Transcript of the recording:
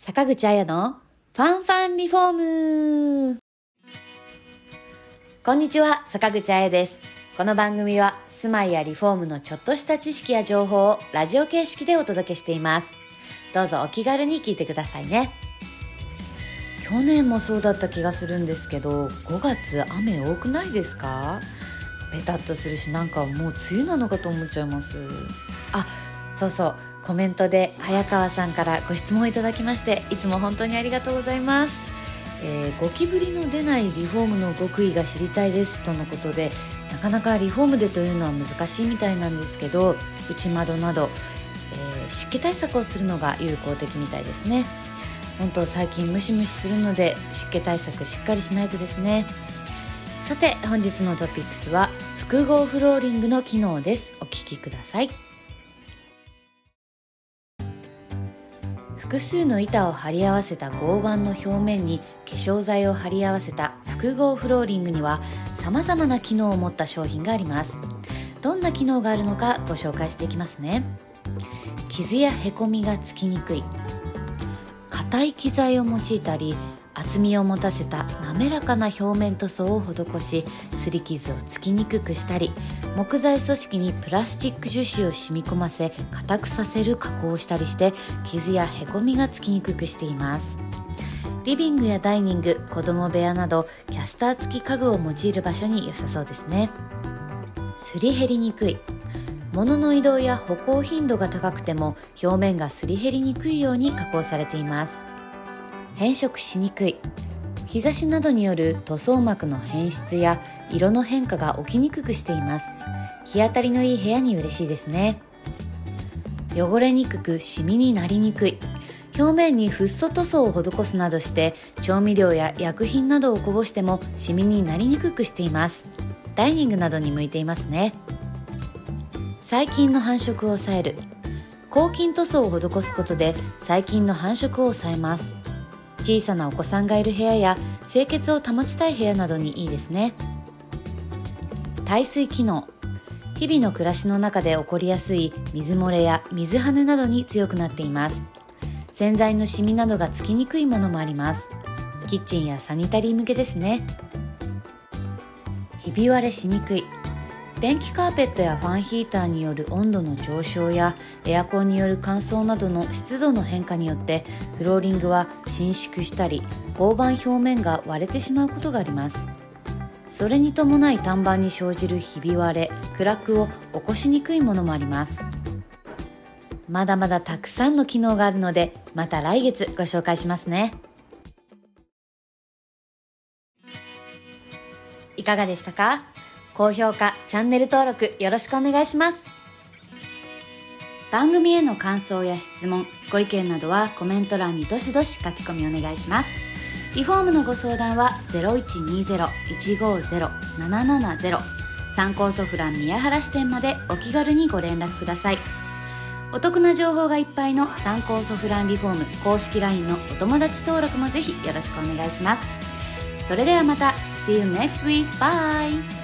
坂口彩のファンファンリフォーム。こんにちは、坂口彩です。この番組は住まいやリフォームのちょっとした知識や情報をラジオ形式でお届けしています。どうぞお気軽に聞いてくださいね。去年もそうだった気がするんですけど、5月雨多くないですか？ベタっとするし、なんかもう梅雨なのかと思っちゃいます。そうコメントで早川さんからご質問いただきまして、いつも本当にありがとうございます。ゴキブリの出ないリフォームの極意が知りたいですとのことで、なかなかリフォームでというのは難しいみたいなんですけど、内窓など、湿気対策をするのが有効的みたいですね。本当最近ムシムシするので、湿気対策しっかりしないとですね。さて本日のトピックスは複合フローリングの機能です。お聞きください。複数の板を貼り合わせた合板の表面に化粧剤を貼り合わせた複合フローリングには様々な機能を持った商品があります。どんな機能があるのかご紹介していきますね。傷やへこみがつきにくい。硬い機材を用いたり、厚みを持たせた滑らかな表面塗装を施し、擦り傷をつきにくくしたり、木材組織にプラスチック樹脂を染み込ませ硬くさせる加工をしたりして、傷やへこみがつきにくくしています。リビングやダイニング、子供部屋などキャスター付き家具を用いる場所に良さそうですね。すり減りにくい。物の移動や歩行頻度が高くても表面がすり減りにくいように加工されています。変色しにくい。日差しなどによる塗装膜の変質や色の変化が起きにくくしています。日当たりのいい部屋に嬉しいですね。汚れにくくシミになりにくい。表面にフッ素塗装を施すなどして調味料や薬品などをこぼしてもシミになりにくくしています。ダイニングなどに向いていますね。細菌の繁殖を抑える。抗菌塗装を施すことで細菌の繁殖を抑えます。小さなお子さんがいる部屋や清潔を保ちたい部屋などにいいですね。耐水機能。日々の暮らしの中で起こりやすい水漏れや水跳ねなどに強くなっています。洗剤のシミなどがつきにくいものもあります。キッチンやサニタリー向けですね。ひび割れしにくい。電気カーペットやファンヒーターによる温度の上昇やエアコンによる乾燥などの湿度の変化によってフローリングは伸縮したり合板表面が割れてしまうことがあります。それに伴い単板に生じるひび割れ、クラックを起こしにくいものもあります。まだまだたくさんの機能があるので、また来月ご紹介しますね。いかがでしたか？高評価、チャンネル登録よろしくお願いします。番組への感想や質問、ご意見などはコメント欄にどしどし書き込みお願いします。リフォームのご相談は 0120-150-770 参考ソフラン宮原支店までお気軽にご連絡ください。お得な情報がいっぱいの参考ソフランリフォーム公式 LINE のお友達登録もぜひよろしくお願いします。それではまた See you next week. Bye!